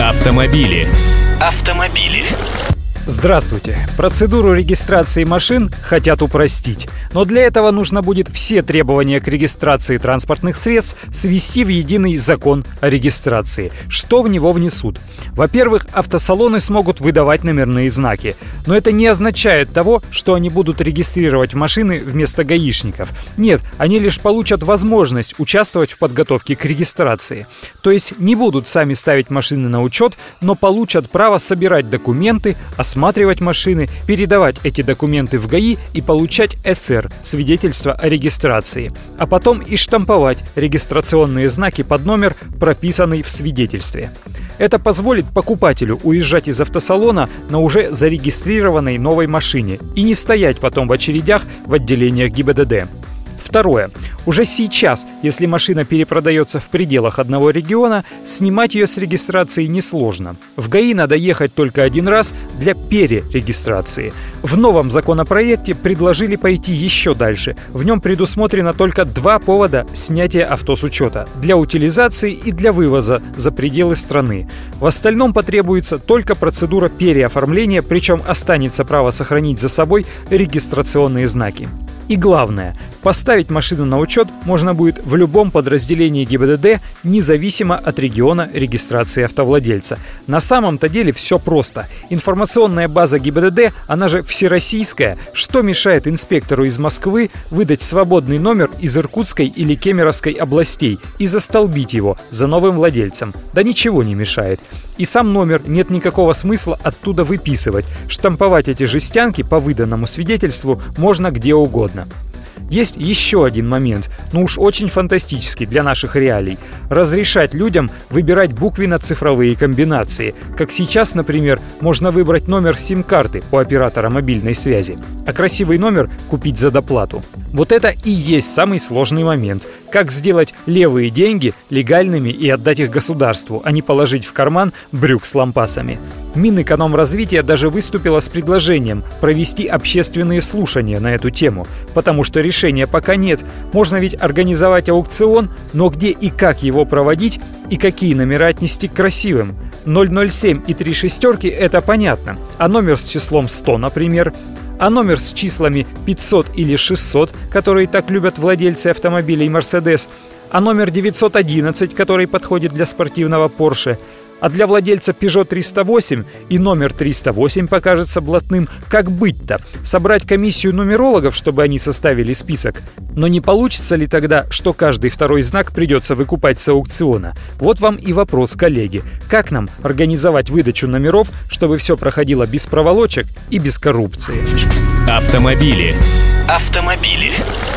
Автомобили. Здравствуйте! Процедуру регистрации машин хотят упростить. Но для этого нужно будет все требования к регистрации транспортных средств свести в единый закон о регистрации. Что в него внесут? Во-первых, автосалоны смогут выдавать номерные знаки. Но это не означает того, что они будут регистрировать машины вместо гаишников. Нет, они лишь получат возможность участвовать в подготовке к регистрации. То есть не будут сами ставить машины на учет, но получат право собирать документы, осматривать машины, передавать эти документы в ГАИ и получать СР – свидетельство о регистрации. А потом и штамповать регистрационные знаки под номер, прописанный в свидетельстве. Это позволит покупателю уезжать из автосалона на уже зарегистрированной новой машине и не стоять потом в очередях в отделениях ГИБДД. Второе. Уже сейчас, если машина перепродается в пределах одного региона, снимать ее с регистрации несложно. В ГАИ надо ехать только один раз для перерегистрации. В новом законопроекте предложили пойти еще дальше. В нем предусмотрено только 2 повода снятия авто с учета – для утилизации и для вывоза за пределы страны. В остальном потребуется только процедура переоформления, причем останется право сохранить за собой регистрационные знаки. И главное, поставить машину на учет можно будет в любом подразделении ГИБДД, независимо от региона регистрации автовладельца. На самом-то деле все просто. Информационная база ГИБДД, она же всероссийская, что мешает инспектору из Москвы выдать свободный номер из Иркутской или Кемеровской областей и застолбить его за новым владельцем? Да ничего не мешает. И сам номер нет никакого смысла оттуда выписывать. Штамповать эти жестянки по выданному свидетельству можно где угодно. Есть еще один момент, но уж очень фантастический для наших реалий. Разрешать людям выбирать буквенно-цифровые комбинации. Как сейчас, например, можно выбрать номер сим-карты у оператора мобильной связи, а красивый номер купить за доплату. Вот это и есть самый сложный момент. Как сделать левые деньги легальными и отдать их государству, а не положить в карман брюк с лампасами. Минэкономразвития даже выступила с предложением провести общественные слушания на эту тему, потому что решения пока нет. Можно ведь организовать аукцион, но где и как его проводить и какие номера отнести к красивым? 007 и 3 шестерки – это понятно, а номер с числом 100, например? А номер с числами 500 или 600, которые так любят владельцы автомобилей Mercedes? А номер 911, который подходит для спортивного Porsche? А для владельца Peugeot 308 и номер 308 покажется блатным. Как быть-то? Собрать комиссию нумерологов, чтобы они составили список? Но не получится ли тогда, что каждый второй знак придется выкупать с аукциона? Вот вам и вопрос, коллеги. Как нам организовать выдачу номеров, чтобы все проходило без проволочек и без коррупции? Автомобили.